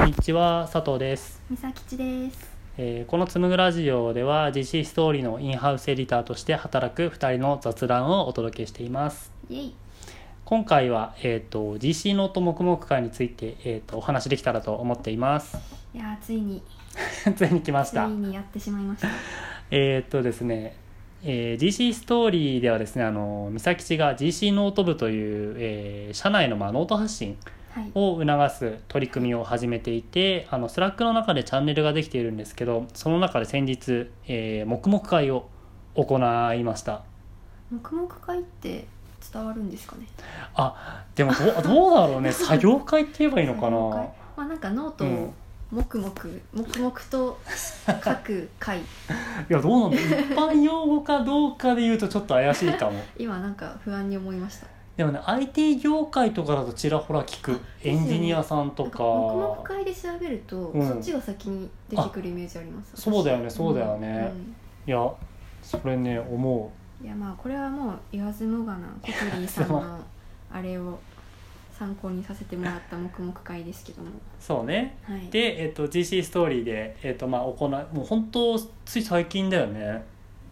にちは、佐藤です。 みさきちです。 このつむぐラジオでは GC ストーリーのインハウスエディターとして働く2人の雑談をお届けしています。 イエイ。 今回は、GC ノート黙々会について、お話できたらと思っています。 いやついについに来ました。 ついにやってしまいました。 ですね、GC ストーリーではですね、みさきちが GC ノート部という、社内のノート発信を促す取り組みを始めていて、スラックの中でチャンネルができているんですけど、その中で先日、黙々会を行いました。 黙々会って伝わるんですかね。 でもどうだろうね。作業会って言えばいいのかな。 なんかノートを黙々と書く会。 いや、どうなんだ。一般用語かどうかで言うとちょっと怪しいかも。 今なんか不安に思いました。 でもね、IT 業界とかだとちらほら聞く。エンジニアさんとか。 黙々会で調べると、そっちが先に出てくるイメージあります。 そうだよね、いや、それね、思う。いや、これはもう言わずもがなコトリーさんのあれを参考にさせてもらった黙々会ですけども。 そうね、 はい、 で、GC ストーリーで、もう本当つい最近だよね。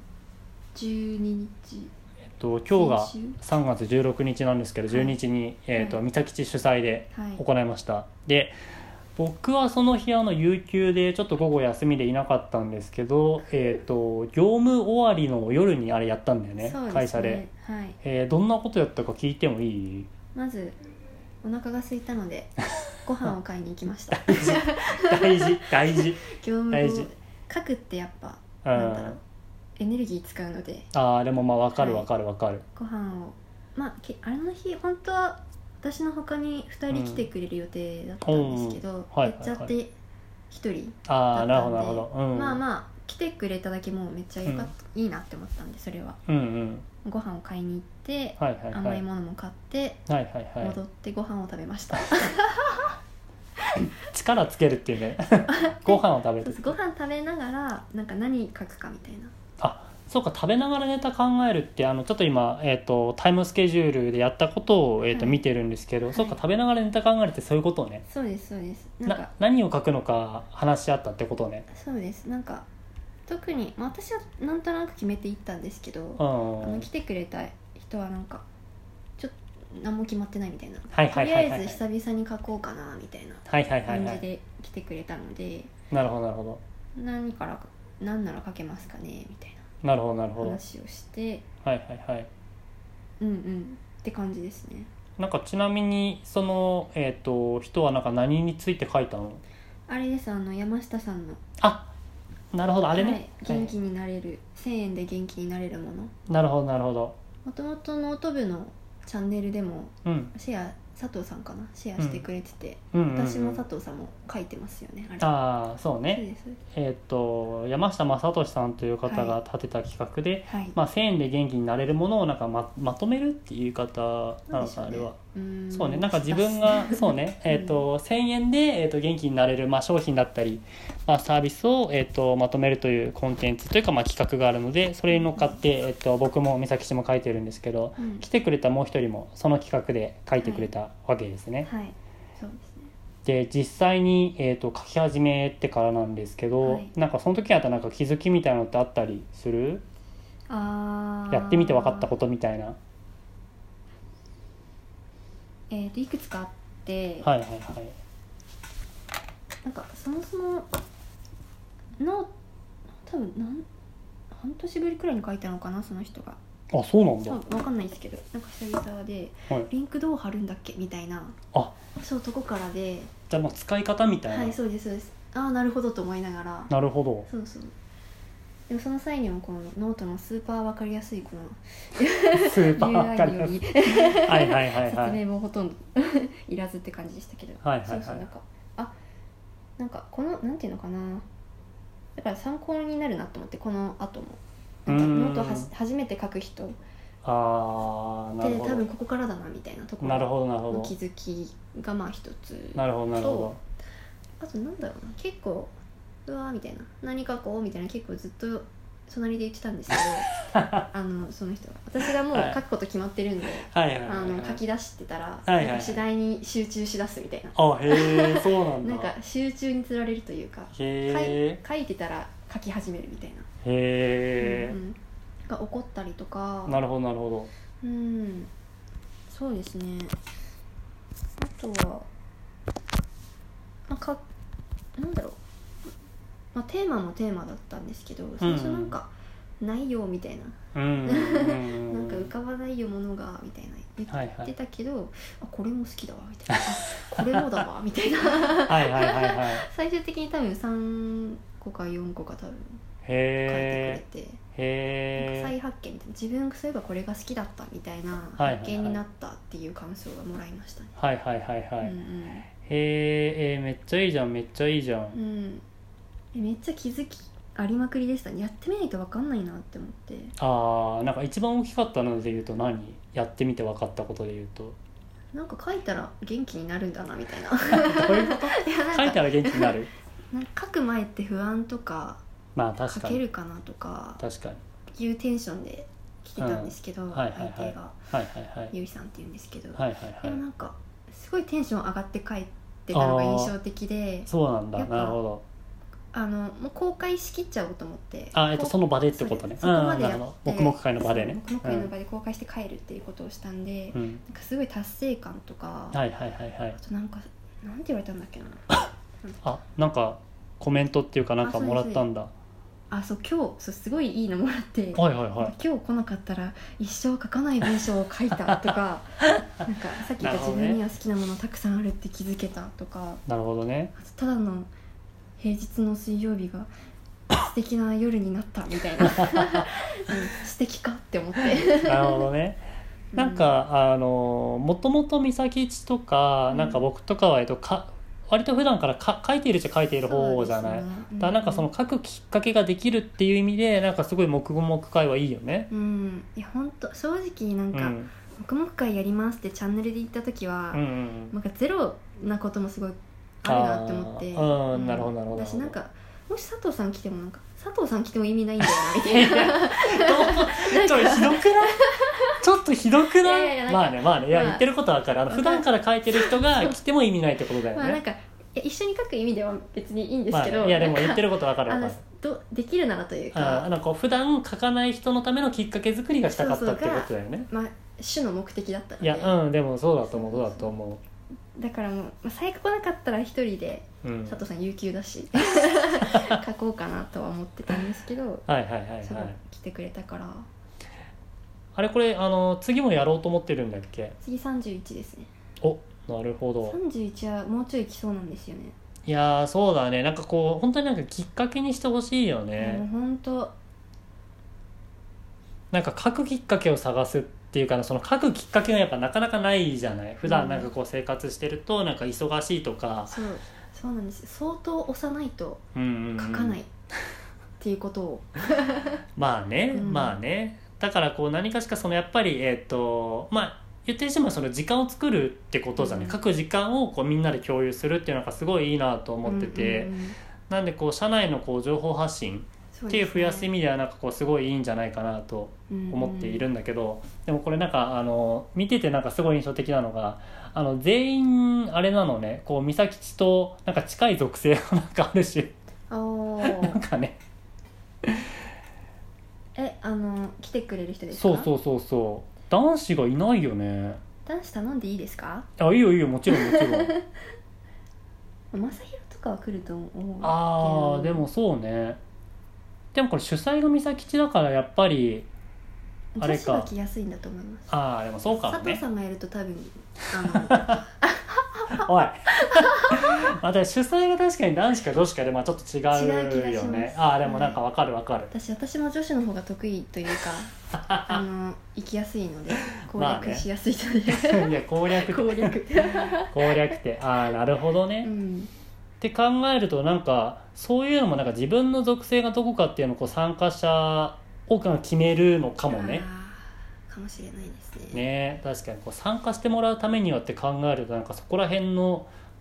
12日、 今日が3月16日なんですけど、12日に、三崎地主催で行いました。で、僕はその日有給でちょっと午後休みでいなかったんですけど、業務終わりの夜にあれやったんだよね、会社で。どんなことやったか聞いてもいい？ まずお腹が空いたのでご飯を買いに行きました。 大事業務を書くってやっぱなんだろう、エネルギー使うので。 でも分かる、ご飯をあれの日本当は私の他に2人来てくれる予定だったんですけど、やっちゃって1人だったんで、 なるほど、 来てくれただけもうめっちゃいいなって思ったんで、それは、ご飯を買いに行って、甘いものも買って、戻ってご飯を食べました。 力つけるっていうね。ご飯を食べる。 ご飯食べながら何書くかみたいな。 そうか、食べながらネタ考えるってちょっと今、タイムスケジュールでやったことを、見てるんですけど、そうか、食べながらネタ考えるってそういうことね。 そうですそうです。 何を書くのか話し合ったってことね。 そうです。特に、私はなんとなく決めていったんですけど、来てくれた人はちょっと何も決まってないみたいな、とりあえず久々に書こうかなみたいな感じで来てくれたので、 なるほど、 何なら書けますかねみたいな。 なるほど話をして、って感じですね。 ちなみにその人は何について書いたの？ あれです、山下さんの。 なるほど、あれね。 元気になれる、1000円で元気になれるもの。 なるほど。 もともとノート部のチャンネルでも、シェア佐藤さんかな、シェアしてくれてて、私も佐藤さんも書いてますよね、あれ。 そうね。山下正俊さんという方が立てた企画で、1000円で元気になれるものをまとめるっていう言い方なのかな、あれは。そうね、自分がそうね、1000円で、元気になれる、商品だったり、サービスを、まとめるというコンテンツというか、企画があるので、それに乗っかって、僕も美咲氏も書いてるんですけど、来てくれたもう一人もその企画で書いてくれたわけですね。 そうですね。 で、実際に、書き始めてからなんですけど、その時にあった気づきみたいなのってあったりする？やってみて分かったことみたいな。 いくつかあって、そもそも多分半年ぶりくらいに書いたのかな、その人が。 そうなんだ。 分かんないですけど、久々で、リンクどう貼るんだっけみたいな、そうとこからで、 じゃあ使い方みたいな。 そうですなるほどと思いながら。 なるほど。 そうでもその際にもこのノートのスーパー分かりやすいこのスーパー分かりやすい説明もほとんどいらずって感じでしたけど、このなんていうのかな、だから参考になるなと思って、この後もノート初めて書く人で多分ここからだなみたいなところの気づきが一つと、あと結構うわーみたいな、何書こうみたいな、結構ずっと隣で言ってたんですけどその人が私がもう書くこと決まってるんで、書き出してたら、なんか次第に集中しだすみたいな、 あ、へえ、そうなんだ。 なんか集中につられるというか、書いてたら書き始めるみたいな、 へえ、 が起こったりとか。 なるほどなるほど。 そうですね。あとはなんだろう、テーマもテーマだったんですけど、最初なんかないよみたいな、なんか浮かばないよものがみたいな言ってたけど、これも好きだわみたいなこれもだわみたいな最終的に多分3個か4個か多分書いてくれて、再発見みたいな、自分そういえばこれが好きだったみたいな発見になったっていう感想がもらいましたね。 へえ、めっちゃいいじゃん、めっちゃいいじゃん。 めっちゃ気づきありまくりでしたね。やってみないと分かんないなって思って。 なんか一番大きかったので言うと何？やってみて分かったことで言うと、 なんか書いたら元気になるんだなみたいなどういうこと？書いたら元気になる？ なんか書く前って不安とか、 確かに書けるかなとか、 確かにいうテンションで来てたんですけど、相手がゆいさんっていうんですけど、でもなんかすごいテンション上がって帰ってたのが印象的で、 そうなんだ、なるほど。 もう公開しきっちゃおうと思って、 その場でってことね。 そこまでやって、 黙々会の場でね、 黙々会の場で公開して帰るっていうことをしたんで、なんかすごい達成感とか、あとなんかなんて言われたんだっけななんかコメントっていうかなんかもらったんだ。 そう今日すごいいいのもらって、 今日来なかったら一生書かない文章を書いたとかなんかさっき言った自分には好きなものたくさんあるって気づけたとか。 なるほどね。 ただの平日の水曜日が素敵な夜になったみたいな素敵かって思ってなるほどね。なんかもともと美咲っちとか、なんか僕とかは割と普段から書いているっちゃ書いている方じゃない。だからなんかその書くきっかけができるっていう意味で、なんかすごい黙々会はいいよね。 いや本当正直なんか、黙々会やりますってチャンネルで言った時は、なんかゼロなこともすごいあるなって思って、 なるほどなるほど。 私なんかもし佐藤さん来てもなんか佐藤さん来ても意味ないんだよなみたいなちょっとひどくない？ちょっとひどくない？まあね、いや言ってることは分かる。普段から書いてる人が来ても意味ないってことだよね。 なんか一緒に書く意味では別にいいんですけど、 いやでも言ってること分かる分かる。できるならというか、 なんか普段書かない人のためのきっかけ作りがしたかったってことだよね。 主の目的だったので。 いやでもそうだと思う。 だからもう最悪来なかったら一人で、佐藤さん有給だし書こうかなとは思ってたんですけど、来てくれたから。 あれこれ次もやろうと思ってるんだっけ？ 次31ですね。 なるほど。 31はもうちょい来そうなんですよね。 いやそうだね。なんかこう本当になんかきっかけにしてほしいよね。 もう本当なんか書くきっかけを探すっていうか、その書くきっかけがやっぱなかなかないじゃない。普段なんかこう生活してるとなんか忙しいとか、 そうなんですよ。相当押さないと書かないっていうことをまあね、だからこう何かしかそのやっぱり言ってしまうその時間を作るってことじゃね、書く時間をこうみんなで共有するっていうのがすごいいいなと思ってて、なんでこう社内のこう情報発信っていう増やす意味ではなんかこうすごいいいんじゃないかなと思っているんだけど、でもこれなんか見ててなんかすごい印象的なのが全員あれなのね、こう美咲ちとなんか近い属性がなんかあるしなんかね来てくれる人ですか？そう男子がいないよね。 男子頼んでいいですか？ いいよもちろん正弘とかは来ると思うけど。 でもそうね。でもこれ主催が美咲ちだからやっぱりあれか。 女子が来やすいんだと思います。 でもそうかもね。 佐藤さんがやると多分おい主催が確かに男子か女子かでちょっと違うよね。でもなんか分かる私も女子の方が得意というか行きやすいので攻略しやすいので、 いや攻略ってなるほどね、って考えるとなんかそういうのもなんか自分の属性がどこかっていうのをこう参加者を決めるのかもね。 かもしれないですね。 確かにこう参加してもらうためにはって考えるとなんかそこら辺の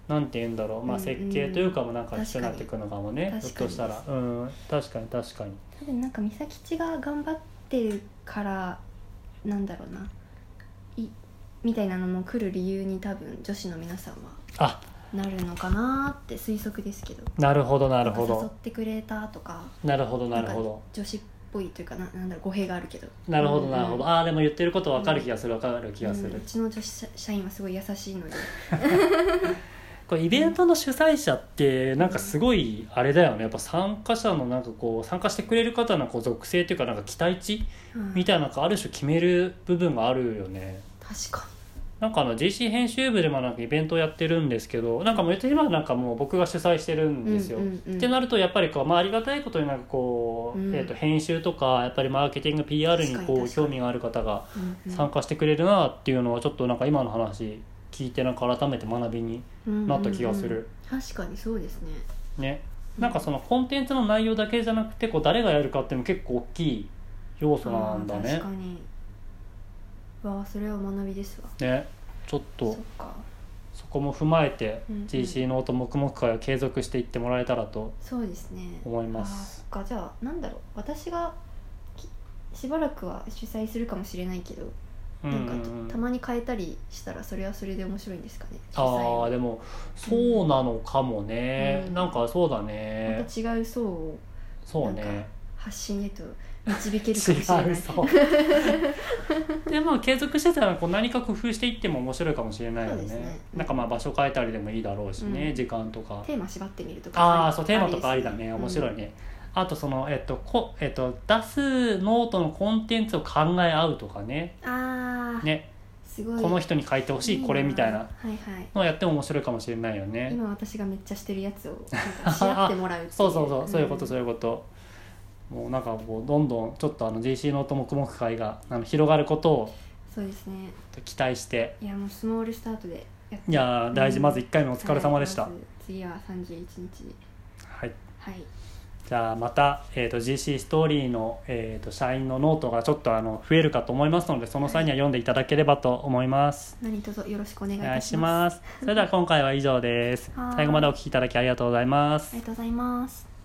なんて言うんだろう、まあ、設計というかもなんか一緒になっていくのかもね、ひょっとしたら、うん、確かに確かに。 多分なんか美咲ちが頑張ってるからなんだろうなみたいなのも来る理由に多分女子の皆さんはなるのかなって推測ですけど。 なるほどなるほど。 誘ってくれたとか。 なるほどなるほど。 女子っぽいというかなんだろう語弊があるけど。 なるほどなるほど。ああでも言ってること分かる気がする、分かる気がする。 うちの女子社員はすごい優しいので。 これイベントの主催者ってなんかすごいあれだよね、やっぱ参加者のなんかこう参加してくれる方のこう属性というかなんか期待値みたいなのがある種決める部分があるよね。 確かに。 なんかJC 編集部でもなんかイベントをやってるんですけど、なんかもう言ってみればなんかもう僕が主催してるんですよ、ってなるとやっぱりこう、まあ、ありがたいことになんかこう、編集とかやっぱりマーケティング PR にこう興味がある方が参加してくれるなっていうのはちょっとなんか今の話聞いてなんか改めて学びになった気がする、 確かにそうですね。 ね、なんかそのコンテンツの内容だけじゃなくてこう誰がやるかっていうのも結構大きい要素なんだね。 確かに。わあそれは学びですわね。ちょっとそこも踏まえて GC ノート黙々会を継続していってもらえたらと思います。 じゃあなんだろう、私がしばらくは主催するかもしれないけど、なんかたまに変えたりしたらそれはそれで面白いんですかね。 ああでもそうなのかもね、なんかそうだね、 また違う層をそうね発信へと導けるかもしれない。 でまあ継続してたらこう何か工夫していっても面白いかもしれないよね。なんかまあ場所変えたりでもいいだろうしね、時間とかテーマ縛ってみるとか。 そうテーマとかありだね、面白いね。あとその出すノートのコンテンツを考え合うとかね。ね。すごいこの人に書いてほしいこれみたいなのをやっても面白いかもしれないよね。 今私がめっちゃしてるやつをし合ってもらうっていうそういうことそういうこと。もうなんかこうどんどんちょっとGC ノート黙々会が広がることをそうですね期待して。 いやもうスモールスタートでやっていや大事、まず1回目お疲れ様でした、 次は31日はい、 はい、 じゃあまた、GC ストーリーの、社員のノートがちょっと増えるかと思いますのでその際には読んでいただければと思います、 何卒よろしくお願いいたします。 それでは今回は以上です。最後までお聞きいただきありがとうございます。 ありがとうございます。